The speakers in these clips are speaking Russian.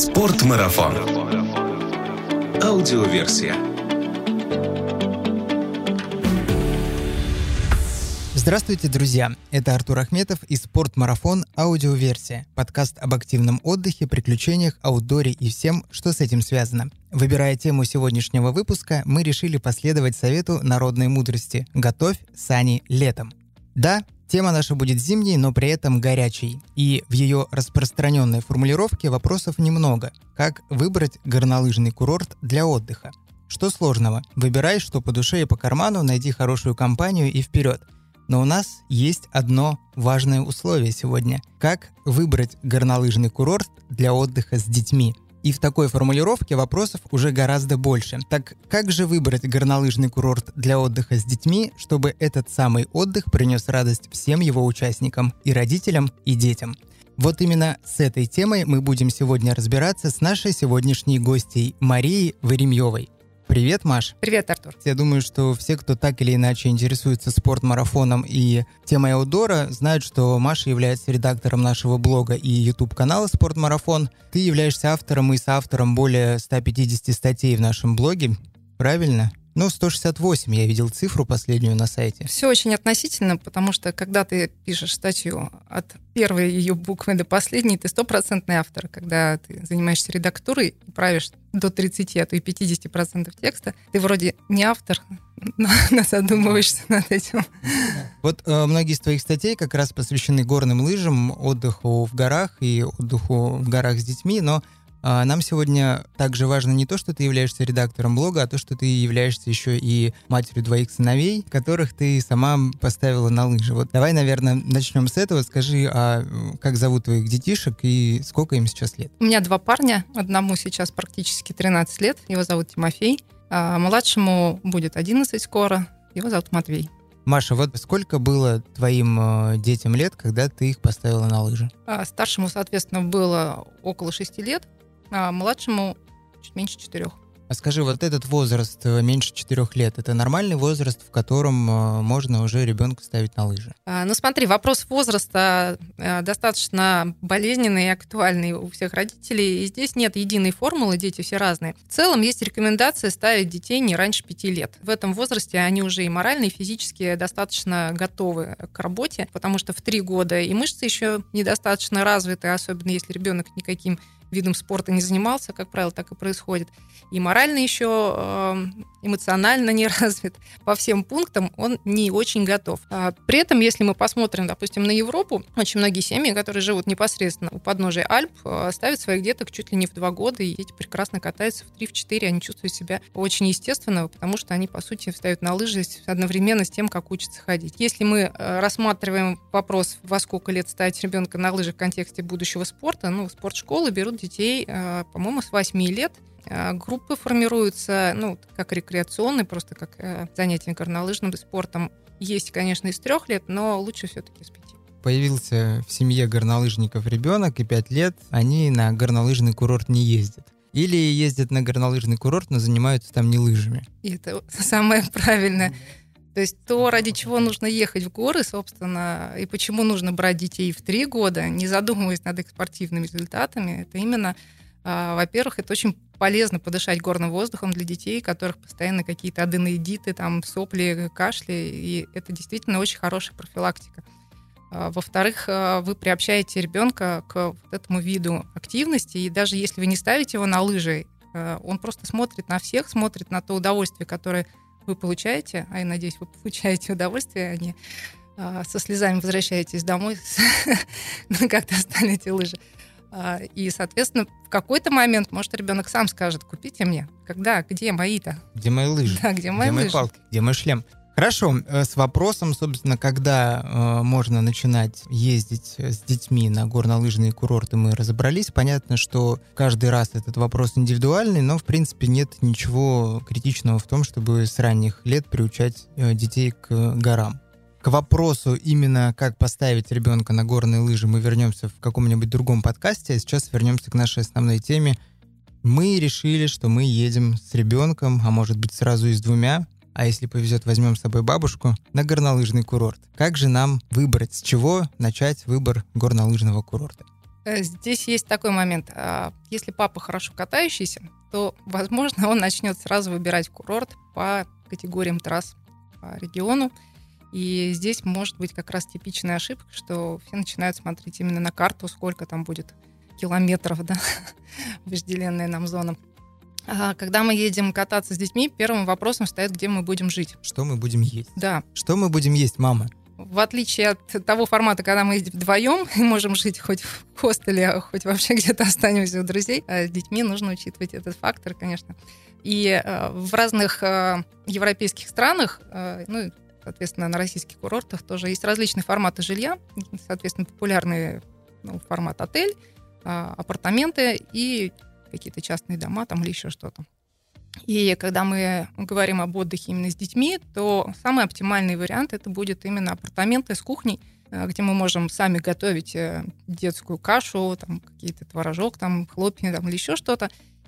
Спортмарафон. Аудиоверсия. Здравствуйте, друзья! Это Артур Ахметов и «Спортмарафон. Аудиоверсия» – подкаст об активном отдыхе, приключениях, аутдоре и всем, что с этим связано. Выбирая тему сегодняшнего выпуска, мы решили последовать совету народной мудрости «Готовь сани летом». Да, тема наша будет зимней, но при этом горячей. И в ее распространенной формулировке вопросов немного. Как выбрать горнолыжный курорт для отдыха? Что сложного? Выбирай, что по душе и по карману, найди хорошую компанию и вперед. Но у нас есть одно важное условие сегодня. Как выбрать горнолыжный курорт для отдыха с детьми? И в такой формулировке вопросов уже гораздо больше. Так как же выбрать горнолыжный курорт для отдыха с детьми, чтобы этот самый отдых принес радость всем его участникам, и родителям, и детям? Вот именно с этой темой мы будем сегодня разбираться с нашей сегодняшней гостьей Марией Веремьевой. Привет, Маш. Привет, Артур. Я думаю, что все, кто так или иначе интересуется спортмарафоном и темой аутдора, знают, что Маша является редактором нашего блога и YouTube-канала «Спортмарафон». Ты являешься автором и соавтором более 150 статей в нашем блоге, правильно? 168, я видел цифру последнюю на сайте. Все очень относительно, потому что когда ты пишешь статью от первой ее буквы до последней, ты 100% автор. Когда ты занимаешься редактурой и правишь до 30, а то и 50% текста, ты вроде не автор, но задумываешься над этим. Вот многие из твоих статей как раз посвящены горным лыжам, отдыху в горах и отдыху в горах с детьми, но нам сегодня также важно не то, что ты являешься редактором блога, а то, что ты являешься еще и матерью двоих сыновей, которых ты сама поставила на лыжи. Вот давай, наверное, начнем с этого. Скажи, как зовут твоих детишек и сколько им сейчас лет? У меня два парня. Одному сейчас практически 13 лет. Его зовут Тимофей. А младшему будет 11 скоро. Его зовут Матвей. Маша, вот сколько было твоим детям лет, когда ты их поставила на лыжи? Старшему, соответственно, было около 6 лет. А младшему чуть меньше 4. А скажи, вот этот возраст меньше 4 лет, это нормальный возраст, в котором можно уже ребенка ставить на лыжи? Смотри, вопрос возраста достаточно болезненный и актуальный у всех родителей. И здесь нет единой формулы, дети все разные. В целом есть рекомендация ставить детей не раньше 5 лет. В этом возрасте они уже и морально, и физически достаточно готовы к работе, потому что в 3 года и мышцы еще недостаточно развиты, особенно если ребенок никаким видом спорта не занимался, как правило, так и происходит. И морально еще эмоционально не развит. По всем пунктам он не очень готов. При этом, если мы посмотрим, допустим, на Европу, очень многие семьи, которые живут непосредственно у подножия Альп, ставят своих деток чуть ли не в 2 года, и дети прекрасно катаются в 3-4, они чувствуют себя очень естественно, потому что они, по сути, встают на лыжи одновременно с тем, как учатся ходить. Если мы рассматриваем вопрос, во сколько лет ставить ребенка на лыжи в контексте будущего спорта, спортшколы берут детей, по-моему, с 8 лет. Группы формируются, как рекреационные, просто как занятия горнолыжным спортом. Есть, конечно, и с 3 лет, но лучше все-таки с 5. Появился в семье горнолыжников ребенок, и 5 лет они на горнолыжный курорт не ездят. Или ездят на горнолыжный курорт, но занимаются там не лыжами. И это самое правильное. То есть то, ради чего нужно ехать в горы, собственно, и почему нужно брать детей в 3 года, не задумываясь над их спортивными результатами, это именно, во-первых, это очень полезно подышать горным воздухом для детей, у которых постоянно какие-то аденоидиты, сопли, кашли, и это действительно очень хорошая профилактика. Во-вторых, вы приобщаете ребенка к вот этому виду активности, и даже если вы не ставите его на лыжи, он просто смотрит на всех, смотрит на то удовольствие, которое вы получаете, а я надеюсь, вы получаете удовольствие, а не со слезами возвращаетесь домой, когда достали эти лыжи. И, соответственно, в какой-то момент, может, ребенок сам скажет: купите мне. Когда? Где мои-то? Где мои лыжи? Да, где мои мои палки? Где мой шлем? Хорошо, с вопросом, собственно, когда можно начинать ездить с детьми на горнолыжные курорты, мы разобрались. Понятно, что каждый раз этот вопрос индивидуальный, но, в принципе, нет ничего критичного в том, чтобы с ранних лет приучать детей к горам. К вопросу именно, как поставить ребенка на горные лыжи, мы вернемся в каком-нибудь другом подкасте, а сейчас вернемся к нашей основной теме. Мы решили, что мы едем с ребенком, а может быть сразу и с 2, а если повезет, возьмем с собой бабушку, на горнолыжный курорт. Как же нам выбрать, с чего начать выбор горнолыжного курорта? Здесь есть такой момент. Если папа хорошо катающийся, то, возможно, он начнет сразу выбирать курорт по категориям трасс по региону. И здесь может быть как раз типичная ошибка, что все начинают смотреть именно на карту, сколько там будет километров, да, вожделенная нам зона. Когда мы едем кататься с детьми, первым вопросом стоит, где мы будем жить. Что мы будем есть? Да. Что мы будем есть, мама? В отличие от того формата, когда мы едем вдвоем и можем жить хоть в хостеле, хоть вообще где-то останемся у друзей, с детьми нужно учитывать этот фактор, конечно. И в разных европейских странах, ну, соответственно, на российских курортах тоже есть различные форматы жилья, соответственно, популярный формат отель, апартаменты и какие-то частные дома там или еще что-то. И когда мы говорим об отдыхе именно с детьми, то самый оптимальный вариант это будет именно апартаменты с кухней, где мы можем сами готовить детскую кашу, там, какие-то творожок, там, хлопья там, или еще что-то.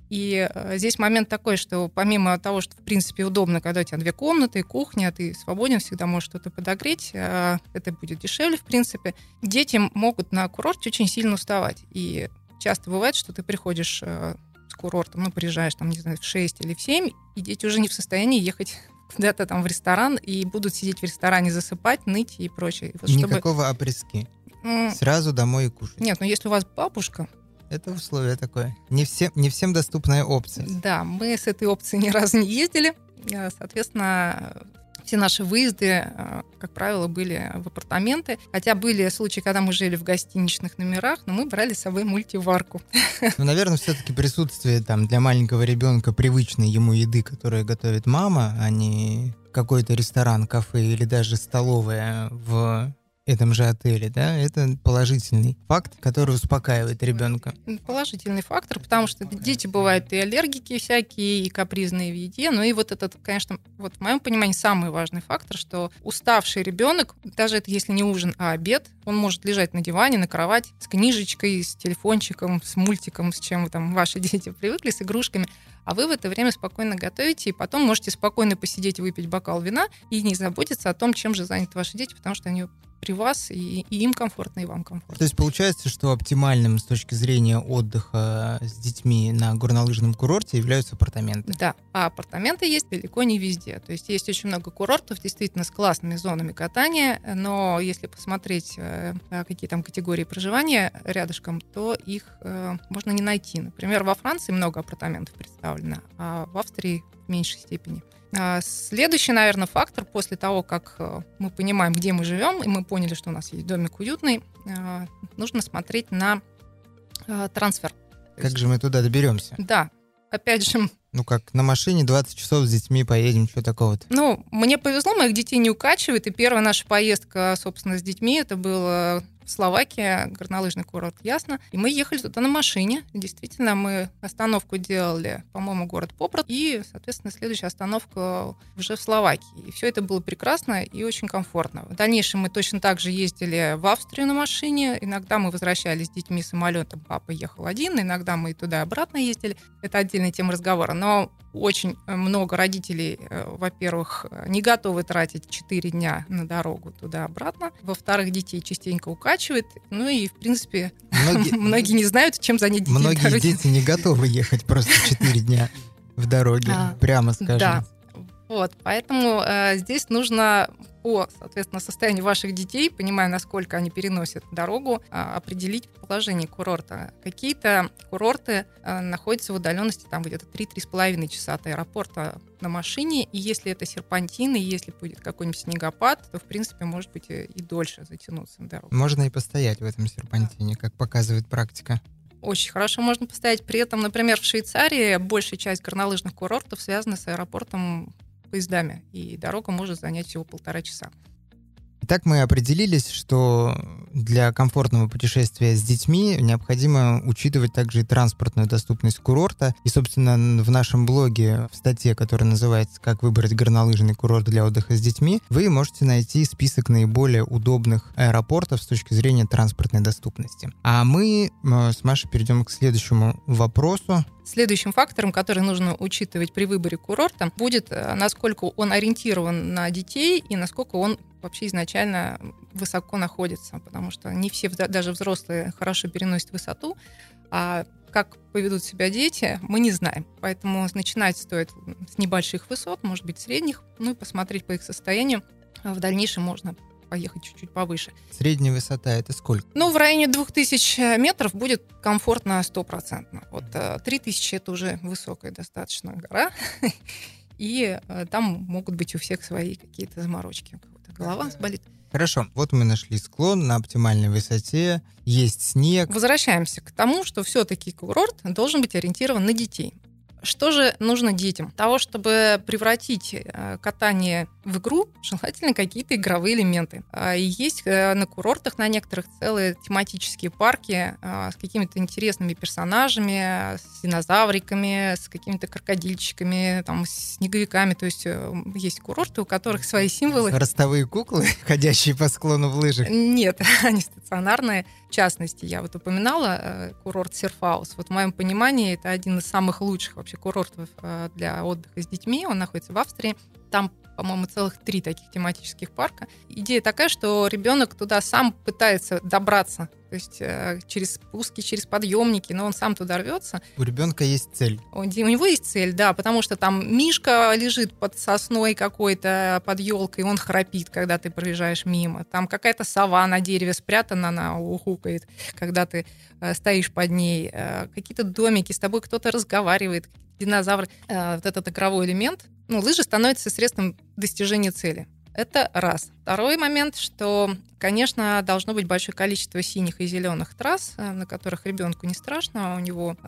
И здесь момент такой, что помимо того, что в принципе удобно, когда у тебя 2 комнаты, кухня, ты свободен, всегда можешь что-то подогреть, это будет дешевле в принципе. Дети могут на курорте очень сильно уставать. И часто бывает, что ты приходишь с курортом, ну, приезжаешь там, не знаю, в 6 или в 7, и дети уже не в состоянии ехать куда-то там в ресторан и будут сидеть в ресторане, засыпать, ныть и прочее. Вот, Никакого апрески. Сразу домой и кушать. Нет, ну если у вас бабушка... Это условие такое. Не всем доступная опция. Да, мы с этой опцией ни разу не ездили. Соответственно, все наши выезды, как правило, были в апартаменты. Хотя были случаи, когда мы жили в гостиничных номерах, но мы брали с собой мультиварку. Ну, наверное, все-таки присутствие там для маленького ребенка привычной ему еды, которую готовит мама, а не какой-то ресторан, кафе или даже столовая в этом же отеле, да, это положительный факт, который успокаивает ребенка. Положительный фактор, потому что дети бывают и аллергики всякие, и капризные в еде, но и вот этот, конечно, вот в моем понимании самый важный фактор, что уставший ребенок, даже это если не ужин, а обед, он может лежать на диване, на кровати, с книжечкой, с телефончиком, с мультиком, с чем там ваши дети привыкли, с игрушками, а вы в это время спокойно готовите, и потом можете спокойно посидеть, выпить бокал вина и не заботиться о том, чем же заняты ваши дети, потому что они при вас, и им комфортно, и вам комфортно. То есть получается, что оптимальным с точки зрения отдыха с детьми на горнолыжном курорте являются апартаменты? Да, а апартаменты есть далеко не везде. То есть есть очень много курортов, действительно, с классными зонами катания, но если посмотреть, какие там категории проживания рядышком, то их можно не найти. Например, во Франции много апартаментов представлено, а в Австрии в меньшей степени. Следующий, наверное, фактор после того, как мы понимаем, где мы живем, и мы поняли, что у нас есть домик уютный, нужно смотреть на трансфер. Как же мы туда доберемся? Да, опять же... Ну как, на машине 20 часов с детьми поедем, что такого-то? Ну, мне повезло, моих детей не укачивает, и первая наша поездка, собственно, с детьми, это было Словакия, горнолыжный курорт Ясно. И мы ехали туда на машине. Действительно, мы остановку делали, по-моему, город Попрад, и, соответственно, следующая остановка уже в Словакии. И все это было прекрасно и очень комфортно. В дальнейшем мы точно так же ездили в Австрию на машине. Иногда мы возвращались с детьми самолетом, папа ехал один, иногда мы туда и обратно ездили. Это отдельная тема разговора. Но очень много родителей, во-первых, не готовы тратить 4 дня на дорогу туда-обратно. Во-вторых, детей частенько укачивает. Ну и, в принципе, многие не знают, чем занять детей. Многие дети не готовы ехать просто 4 дня в дороге, прямо скажем. Да, вот, поэтому здесь нужно по, соответственно, состоянию ваших детей, понимая, насколько они переносят дорогу, определить положение курорта. Какие-то курорты находятся в удаленности там где-то 3-3,5 часа от аэропорта на машине, и если это серпантин, и если будет какой-нибудь снегопад, то, в принципе, может быть и дольше затянуться на дорогу. Можно и постоять в этом серпантине, как показывает практика. Очень хорошо можно постоять. При этом, например, в Швейцарии большая часть горнолыжных курортов связана с аэропортом поездами, и дорога может занять всего 1,5 часа. Итак, мы определились, что для комфортного путешествия с детьми необходимо учитывать также и транспортную доступность курорта. И, собственно, в нашем блоге, в статье, которая называется «Как выбрать горнолыжный курорт для отдыха с детьми», вы можете найти список наиболее удобных аэропортов с точки зрения транспортной доступности. А мы с Машей перейдем к следующему вопросу. Следующим фактором, который нужно учитывать при выборе курорта, будет, насколько он ориентирован на детей и насколько он вообще изначально высоко находится, потому что не все, даже взрослые, хорошо переносят высоту, а как поведут себя дети, мы не знаем. Поэтому начинать стоит с небольших высот, может быть, средних, ну и посмотреть по их состоянию. В дальнейшем можно поехать чуть-чуть повыше. Средняя высота — это сколько? Ну, в районе 2000 метров будет комфортно 100%. Вот 3000 — это уже высокая достаточно гора. И там могут быть у всех свои какие-то заморочки. У кого-то голова болит. Хорошо, вот мы нашли склон на оптимальной высоте, есть снег. Возвращаемся к тому, что все-таки курорт должен быть ориентирован на детей. Что же нужно детям? Для того, чтобы превратить катание в игру, желательно какие-то игровые элементы. И есть на курортах, на некоторых, целые тематические парки с какими-то интересными персонажами, с динозавриками, с какими-то крокодильчиками, там, с снеговиками. То есть есть курорты, у которых свои символы. Ростовые куклы, ходящие по склону в лыжах? Нет, они стационарные. В частности, я вот упоминала курорт Серфаус. Вот в моем понимании это один из самых лучших вообще курортов для отдыха с детьми. Он находится в Австрии. Там, по-моему, целых 3 таких тематических парка. Идея такая, что ребенок туда сам пытается добраться. То есть через спуски, через подъемники, но он сам туда рвется. У ребенка есть цель. У него есть цель, да, потому что там мишка лежит под сосной какой-то, под елкой, он храпит, когда ты проезжаешь мимо. Там какая-то сова на дереве спрятана, она ухукает, когда ты стоишь под ней. Какие-то домики, с тобой кто-то разговаривает, динозавры. Вот этот игровой элемент. Лыжи становятся средством достижения цели. Это раз. Второй момент, что, конечно, должно быть большое количество синих и зеленых трасс, на которых ребенку не страшно, у него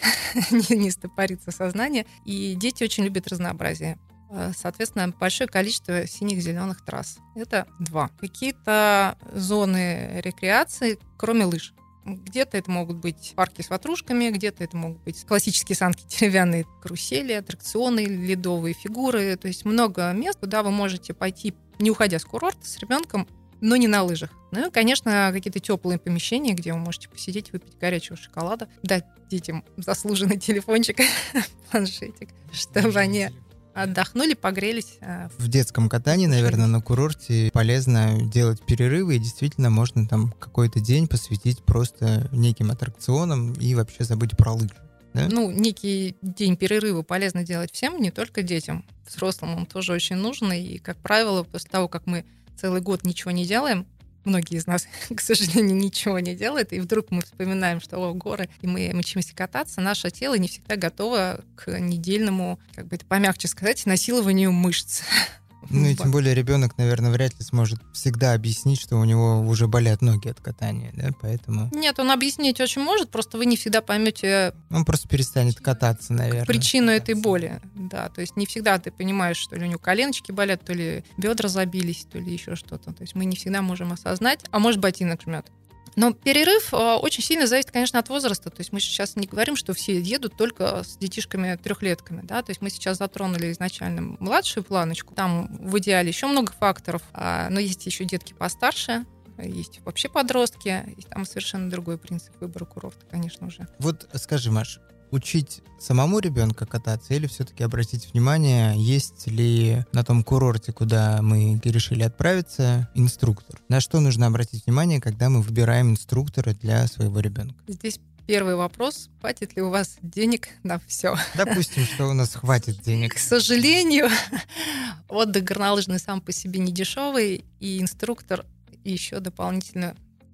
не стопорится сознание. И дети очень любят разнообразие. Соответственно, большое количество синих и зеленых трасс. Это 2. Какие-то зоны рекреации, кроме лыж. Где-то это могут быть парки с ватрушками, где-то это могут быть классические санки, деревянные карусели, аттракционы, ледовые фигуры. То есть много мест, куда вы можете пойти, не уходя с курорта, с ребенком, но не на лыжах. Ну и, конечно, какие-то теплые помещения, где вы можете посидеть, выпить горячего шоколада, дать детям заслуженный телефончик, планшетик, чтобы они отдохнули, погрелись. В детском катании, наверное, на курорте полезно делать перерывы, и действительно можно там какой-то день посвятить просто неким аттракционам и вообще забыть про лыжи. Да? Некий день перерыва полезно делать всем, не только детям. Взрослым он тоже очень нужен. И, как правило, после того, как мы целый год ничего не делаем, многие из нас, к сожалению, ничего не делают, и вдруг мы вспоминаем, что горы, и мы учимся кататься, наше тело не всегда готово к недельному, как бы это помягче сказать, насилованию мышц. И тем более ребенок, наверное, вряд ли сможет всегда объяснить, что у него уже болят ноги от катания, да, поэтому... Нет, он объяснить очень может, просто вы не всегда поймете... Он просто перестанет кататься, наверное. Причину этой боли, да, то есть не всегда ты понимаешь, что ли у него коленочки болят, то ли бедра забились, то ли еще что-то, то есть мы не всегда можем осознать, а может ботинок жмет. Но перерыв очень сильно зависит, конечно, от возраста. То есть мы сейчас не говорим, что все едут только с детишками-трехлетками. Да? То есть мы сейчас затронули изначально младшую планочку. Там в идеале еще много факторов. Но есть еще детки постарше, есть вообще подростки. И там совершенно другой принцип выбора курорта, конечно, уже. Вот скажи, Маш, учить самому ребенка кататься или все-таки обратить внимание, есть ли на том курорте, куда мы решили отправиться, инструктор? На что нужно обратить внимание, когда мы выбираем инструктора для своего ребенка? Здесь первый вопрос. Хватит ли у вас денег на все? Допустим, что у нас хватит денег. К сожалению, отдых горнолыжный сам по себе не дешевый, и инструктор еще дополнительно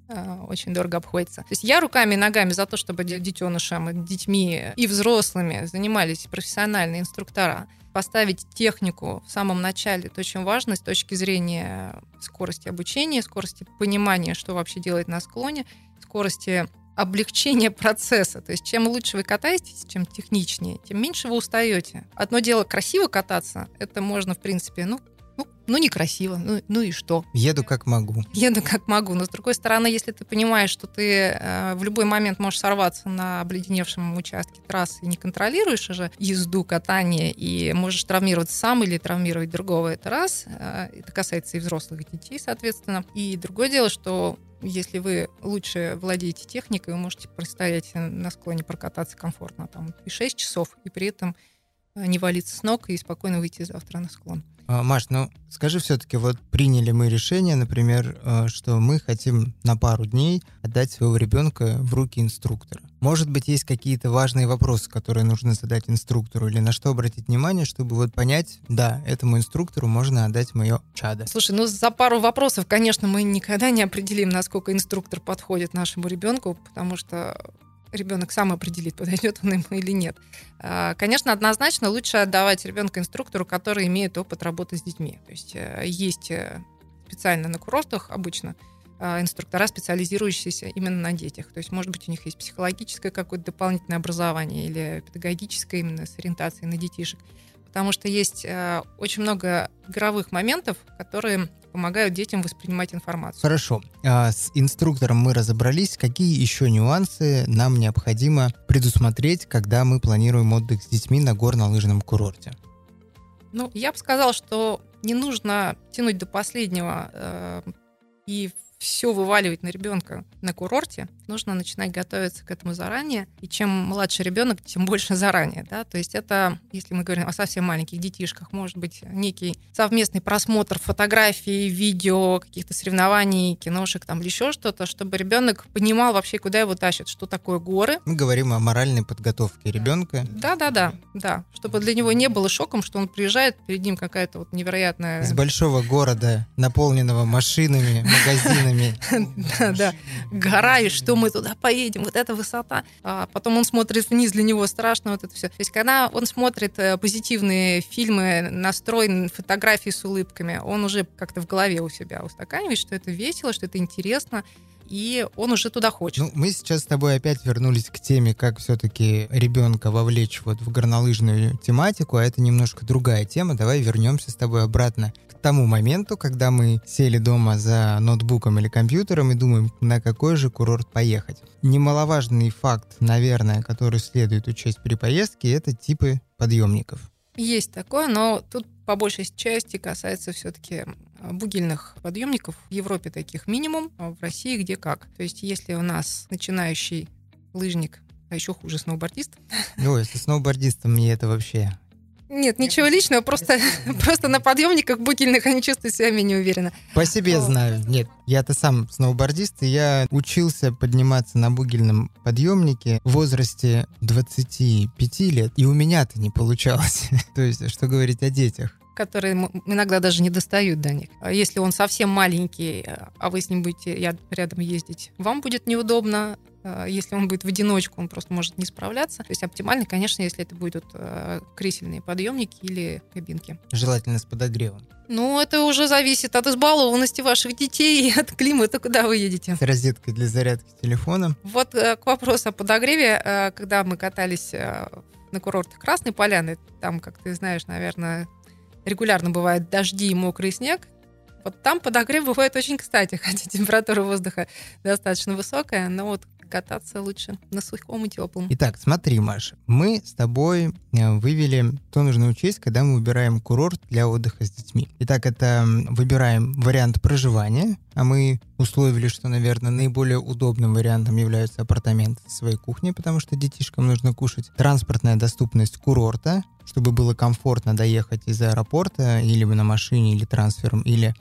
очень дорого обходится. То есть я руками и ногами за то, чтобы детенышам, детьми и взрослыми занимались профессиональные инструктора. Поставить технику в самом начале, это очень важно с точки зрения скорости обучения, скорости понимания, что вообще делать на склоне, скорости облегчения процесса. То есть чем лучше вы катаетесь, чем техничнее, тем меньше вы устаете. Одно дело красиво кататься, это можно, в принципе, некрасиво, ну и что? Еду как могу. Но с другой стороны, если ты понимаешь, что ты в любой момент можешь сорваться на обледеневшем участке трассы и не контролируешь уже езду, катание, и можешь травмироваться сам или травмировать другого, это раз. Это касается и взрослых, и детей, соответственно. И другое дело, что если вы лучше владеете техникой, вы можете простоять на склоне, прокататься комфортно там и 6 часов, и при этом не валиться с ног и спокойно выйти завтра на склон. Маш, ну скажи все-таки, вот приняли мы решение, например, что мы хотим на пару дней отдать своего ребенка в руки инструктора. Может быть, есть какие-то важные вопросы, которые нужно задать инструктору, или на что обратить внимание, чтобы вот понять, да, этому инструктору можно отдать мое чадо. Слушай, ну за пару вопросов, конечно, мы никогда не определим, насколько инструктор подходит нашему ребенку, потому что ребенок сам определит, подойдет он ему или нет. Конечно, однозначно лучше отдавать ребенка инструктору, который имеет опыт работы с детьми. То есть есть специально на курортах обычно инструктора, специализирующиеся именно на детях. То есть, может быть, у них есть психологическое какое-то дополнительное образование или педагогическое именно с ориентацией на детишек. Потому что есть очень много игровых моментов, которые помогают детям воспринимать информацию. Хорошо. С инструктором мы разобрались. Какие еще нюансы нам необходимо предусмотреть, когда мы планируем отдых с детьми на горнолыжном курорте? Ну, я бы сказала, что не нужно тянуть до последнего и все вываливать на ребенка на курорте. Нужно начинать готовиться к этому заранее. И чем младше ребенок, тем больше заранее. Да? То есть это, если мы говорим о совсем маленьких детишках, может быть некий совместный просмотр фотографий, видео, каких-то соревнований, киношек там, или еще что-то, чтобы ребенок понимал вообще, куда его тащат, что такое горы. Мы говорим о моральной подготовке ребенка. Да. Чтобы для него не было шоком, что он приезжает, перед ним какая-то вот невероятная... Из большого города, наполненного машинами, магазинами. Да. Гора, и что мы туда поедем, вот эта высота. А потом он смотрит вниз, для него страшно вот это все. То есть когда он смотрит позитивные фильмы, настроен фотографии с улыбками, он уже как-то в голове у себя устаканивает, что это весело, что это интересно, и он уже туда хочет. Ну, мы сейчас с тобой опять вернулись к теме, как все-таки ребенка вовлечь вот в горнолыжную тематику, а это немножко другая тема. Давай вернемся с тобой обратно к тому моменту, когда мы сели дома за ноутбуком или компьютером и думаем, на какой же курорт поехать. Немаловажный факт, наверное, который следует учесть при поездке, это типы подъемников. Есть такое, но тут по большей части касается все-таки бугельных подъемников. В Европе таких минимум, а в России где как. То есть если у нас начинающий лыжник, а еще хуже сноубордист. Ну, если сноубордистом мне это вообще... Нет, ничего личного, просто на подъемниках бугельных они чувствуют себя менее уверенно. По себе знаю. Нет, я-то сам сноубордист, и я учился подниматься на бугельном подъемнике в возрасте 25 лет, и у меня-то не получалось. То есть, что говорить о детях. Которые иногда даже не достают до них. Если он совсем маленький, а вы с ним будете рядом ездить, вам будет неудобно. Если он будет в одиночку, он просто может не справляться. То есть оптимально, конечно, если это будут кресельные подъемники или кабинки. Желательно с подогревом. Ну, это уже зависит от избалованности ваших детей и от климата, куда вы едете. С розеткой для зарядки телефона. Вот к вопросу о подогреве. Когда мы катались на курортах Красной Поляны, там, как ты знаешь, наверное, регулярно бывают дожди и мокрый снег. Вот там подогрев бывает очень кстати, хотя температура воздуха достаточно высокая, но вот кататься лучше на сухом и теплом. Итак, смотри, Маша, мы с тобой вывели, что нужно учесть, когда мы выбираем курорт для отдыха с детьми. Итак, это выбираем вариант проживания, а мы условили, что, наверное, наиболее удобным вариантом являются апартаменты со своей кухней, потому что детишкам нужно кушать. Транспортная доступность курорта, чтобы было комфортно доехать из аэропорта или на машине, или трансфером, или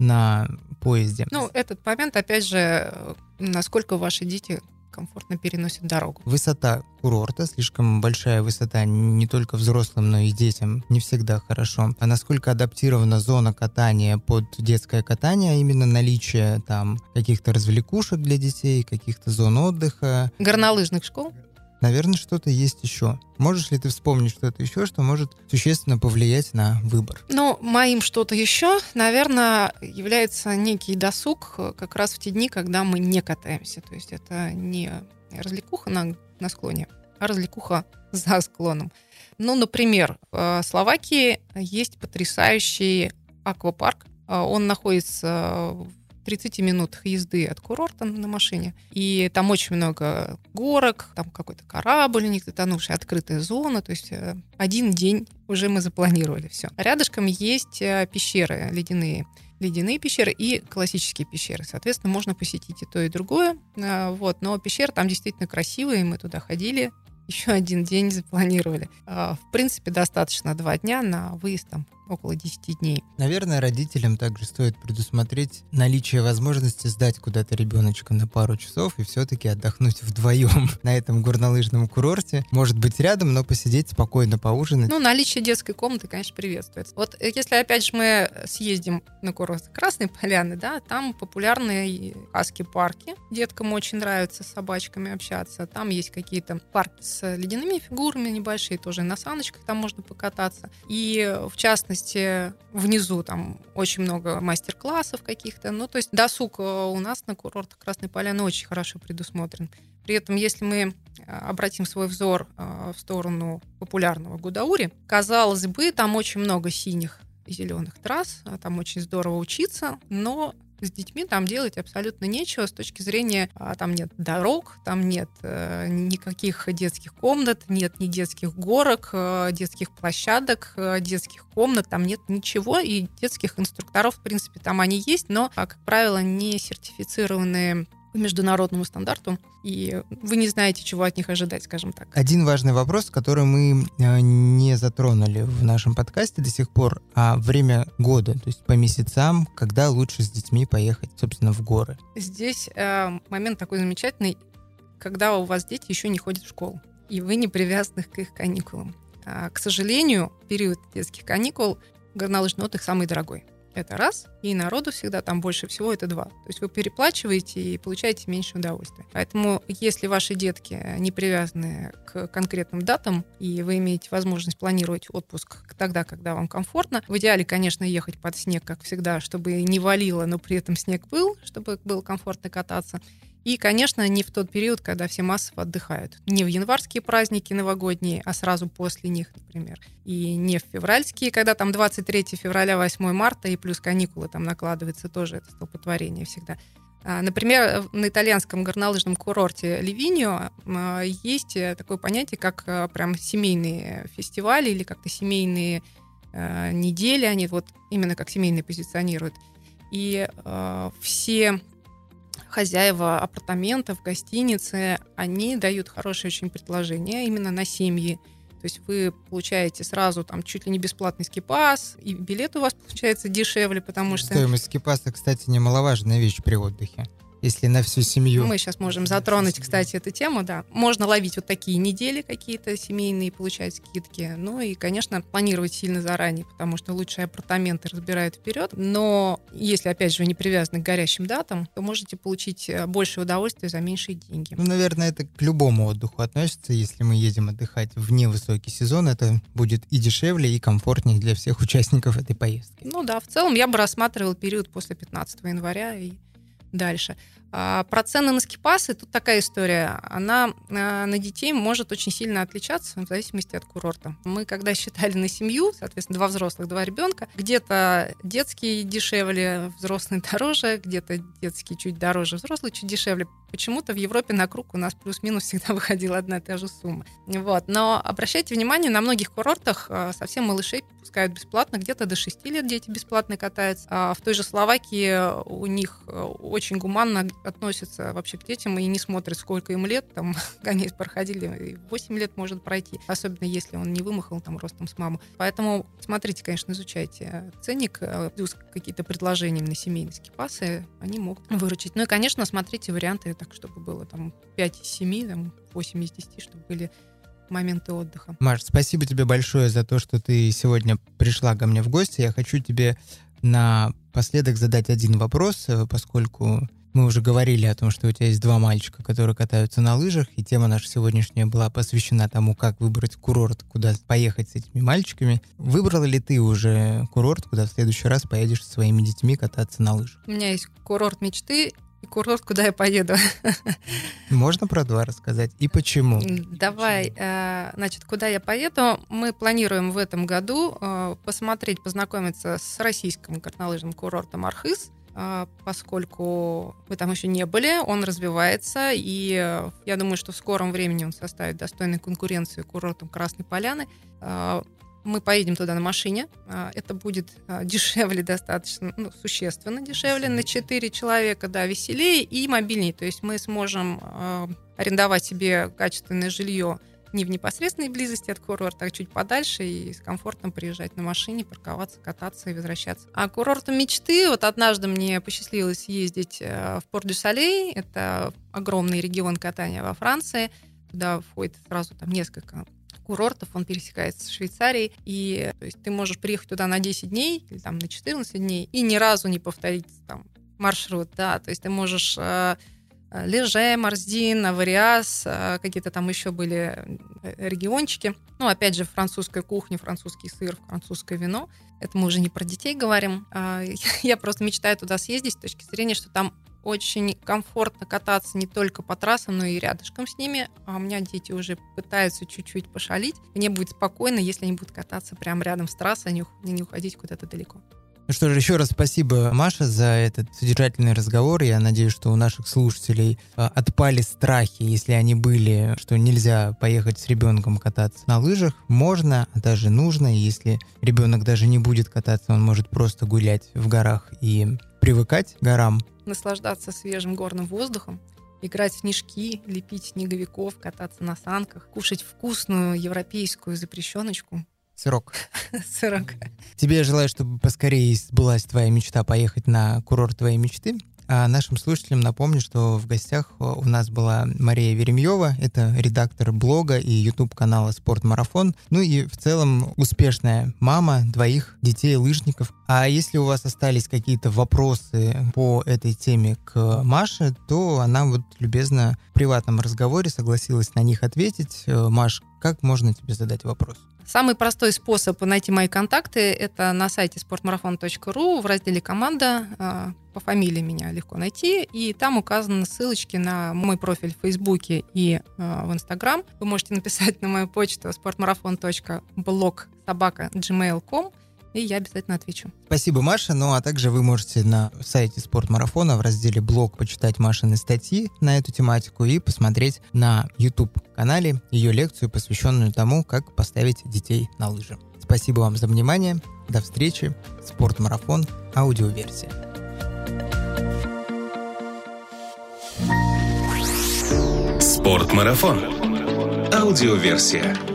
на поезде. Ну, этот момент, опять же, насколько ваши дети комфортно переносят дорогу. Высота курорта, слишком большая высота не только взрослым, но и детям не всегда хорошо. А насколько адаптирована зона катания под детское катание, а именно наличие там каких-то развлекушек для детей, каких-то зон отдыха. Горнолыжных школ? Наверное, что-то есть еще. Можешь ли ты вспомнить что-то еще, что может существенно повлиять на выбор? Ну, моим что-то еще, наверное, является некий досуг как раз в те дни, когда мы не катаемся. То есть это не развлекуха на склоне, а развлекуха за склоном. Ну, например, в Словакии есть потрясающий аквапарк. Он находится в 30 минутах езды от курорта на машине. И там очень много горок, там какой-то корабль у них затонувший, открытая зона. То есть один день уже мы запланировали все. Рядышком есть пещеры ледяные. Ледяные пещеры и классические пещеры. Соответственно, можно посетить и то, и другое. Вот. Но пещеры там действительно красивые. Мы туда ходили еще один день запланировали. В принципе, достаточно 2 дня на выезд там около 10 дней. Наверное, родителям также стоит предусмотреть наличие возможности сдать куда-то ребеночка на пару часов и все-таки отдохнуть вдвоем на этом горнолыжном курорте. Может быть, рядом, но посидеть спокойно, поужинать. Наличие детской комнаты, конечно, приветствуется. Вот если, опять же, мы съездим на курорт Красной Поляны, да, там популярные сказки-парки. Деткам очень нравится с собачками общаться. Там есть какие-то парки с ледяными фигурами небольшие, тоже на саночках там можно покататься. И, в частности, внизу там очень много мастер-классов каких-то. То есть досуг у нас на курортах Красной Поляны очень хорошо предусмотрен. При этом, если мы обратим свой взор в сторону популярного Гудаури, казалось бы, там очень много синих и зеленых трасс, там очень здорово учиться, но с детьми там делать абсолютно нечего с точки зрения, там нет дорог, там нет никаких детских комнат, нет ни детских горок, детских площадок, детских комнат, там нет ничего, и детских инструкторов, в принципе, там они есть, но, как правило, не сертифицированные по международному стандарту, и вы не знаете, чего от них ожидать, скажем так. Один важный вопрос, который мы не затронули в нашем подкасте до сих пор, время года, то есть по месяцам, когда лучше с детьми поехать, собственно, в горы. Здесь момент такой замечательный, когда у вас дети еще не ходят в школу, и вы не привязаны к их каникулам. К сожалению, период детских каникул горнолыжный отдых самый дорогой. Это раз, и народу всегда там больше всего, это 2. То есть вы переплачиваете и получаете меньше удовольствия. Поэтому, если ваши детки не привязаны к конкретным датам, и вы имеете возможность планировать отпуск тогда, когда вам комфортно, в идеале, конечно, ехать под снег, как всегда, чтобы не валило, но при этом снег был, чтобы было комфортно кататься. И, конечно, не в тот период, когда все массово отдыхают. Не в январские праздники новогодние, а сразу после них, например. И не в февральские, когда там 23 февраля, 8 марта, и плюс каникулы там накладывается, тоже это столпотворение всегда. Например, на итальянском горнолыжном курорте Ливиньо есть такое понятие, как прям семейные фестивали или как-то семейные недели. Они вот именно как семейные позиционируют. И все хозяева апартаментов, гостиницы, они дают хорошее очень предложение именно на семьи. То есть вы получаете сразу там чуть ли не бесплатный скипас, и билет у вас получается дешевле, потому что... Стоимость скипаса, кстати, немаловажная вещь при отдыхе. Если на всю семью. Мы сейчас можем затронуть, кстати, эту тему, да. Можно ловить вот такие недели какие-то семейные, получать скидки. И, конечно, планировать сильно заранее, потому что лучшие апартаменты разбирают вперед. Но если, опять же, вы не привязаны к горящим датам, то можете получить больше удовольствия за меньшие деньги. Наверное, это к любому отдыху относится. Если мы едем отдыхать в невысокий сезон, это будет и дешевле, и комфортнее для всех участников этой поездки. В целом я бы рассматривала период после 15 января и дальше. Про цены на скипасы тут такая история. Она на детей может очень сильно отличаться в зависимости от курорта. Мы когда считали на семью, соответственно, 2 взрослых, 2 ребенка, где-то детские дешевле, взрослые дороже, где-то детские чуть дороже, взрослые чуть дешевле. Почему-то в Европе на круг у нас плюс-минус всегда выходила одна и та же сумма. Но обращайте внимание, на многих курортах совсем малышей пускают бесплатно, где-то до 6 лет дети бесплатно катаются. А в той же Словакии у них очень гуманно относятся вообще к детям и не смотрят, сколько им лет. Там они проходили, и 8 лет может пройти, особенно если он не вымахал там ростом с маму. Поэтому смотрите, конечно, изучайте ценник, плюс какие-то предложения на семейные скипасы, они могут выручить. И, конечно, смотрите варианты так, чтобы было там 5 из 7, там, 8 из 10, чтобы были моменты отдыха. Маш, спасибо тебе большое за то, что ты сегодня пришла ко мне в гости. Я хочу тебе напоследок задать один вопрос, поскольку мы уже говорили о том, что у тебя есть 2 мальчика, которые катаются на лыжах, и тема наша сегодняшняя была посвящена тому, как выбрать курорт, куда поехать с этими мальчиками. Выбрала ли ты уже курорт, куда в следующий раз поедешь со своими детьми кататься на лыжах? У меня есть курорт мечты и курорт, куда я поеду. Можно про 2 рассказать? И почему? Давай. Куда я поеду? Мы планируем в этом году посмотреть, познакомиться с российским горнолыжным курортом Архыз, поскольку мы там еще не были, он развивается, и я думаю, что в скором времени он составит достойную конкуренцию курортам Красной Поляны. Мы поедем туда на машине. Это будет дешевле достаточно, существенно дешевле, на 4 человека, да, веселее и мобильнее. То есть мы сможем арендовать себе качественное жилье не в непосредственной близости от курорта, а чуть подальше и с комфортом приезжать на машине, парковаться, кататься и возвращаться. А курортом мечты, вот однажды мне посчастливилось ездить в Порт-дю-Солей, это огромный регион катания во Франции, туда входит сразу там несколько курортов, он пересекается с Швейцарией, и то есть ты можешь приехать туда на 10 дней или там на 14 дней и ни разу не повторить там маршрут, да, то есть ты можешь Леже, Марзин, Авариас, какие-то там еще были региончики. Ну, опять же, французская кухня, французский сыр, французское вино. Это мы уже не про детей говорим. Я просто мечтаю туда съездить с точки зрения, что там очень комфортно кататься не только по трассам, но и рядышком с ними. А у меня дети уже пытаются чуть-чуть пошалить. Мне будет спокойно, если они будут кататься прямо рядом с трассой, а не уходить куда-то далеко. Ну что же, еще раз спасибо, Маша, за этот содержательный разговор. Я надеюсь, что у наших слушателей отпали страхи, если они были, что нельзя поехать с ребенком кататься на лыжах. Можно, а даже нужно. Если ребенок даже не будет кататься, он может просто гулять в горах и привыкать к горам. Наслаждаться свежим горным воздухом, играть в снежки, лепить снеговиков, кататься на санках, кушать вкусную европейскую запрещеночку. Сырок. Сырок. Тебе я желаю, чтобы поскорее сбылась твоя мечта поехать на курорт твоей мечты. А нашим слушателям напомню, что в гостях у нас была Мария Веремьева, это редактор блога и YouTube-канала «Спортмарафон», ну и в целом успешная мама 2 детей-лыжников. А если у вас остались какие-то вопросы по этой теме к Маше, то она вот любезно в приватном разговоре согласилась на них ответить. Маш, как можно тебе задать вопрос? Самый простой способ найти мои контакты — это на сайте sportmarathon.ru в разделе «Команда». По фамилии меня легко найти, и там указаны ссылочки на мой профиль в Фейсбуке и в Инстаграм. Вы можете написать на мою почту sportmarathon.blog@gmail.com, и я обязательно отвечу. Спасибо, Маша. Ну, а также вы можете на сайте Спортмарафона в разделе «Блог» почитать Машины статьи на эту тематику и посмотреть на YouTube-канале ее лекцию, посвященную тому, как поставить детей на лыжи. Спасибо вам за внимание. До встречи. Спортмарафон. Аудиоверсия. Спортмарафон. Аудиоверсия.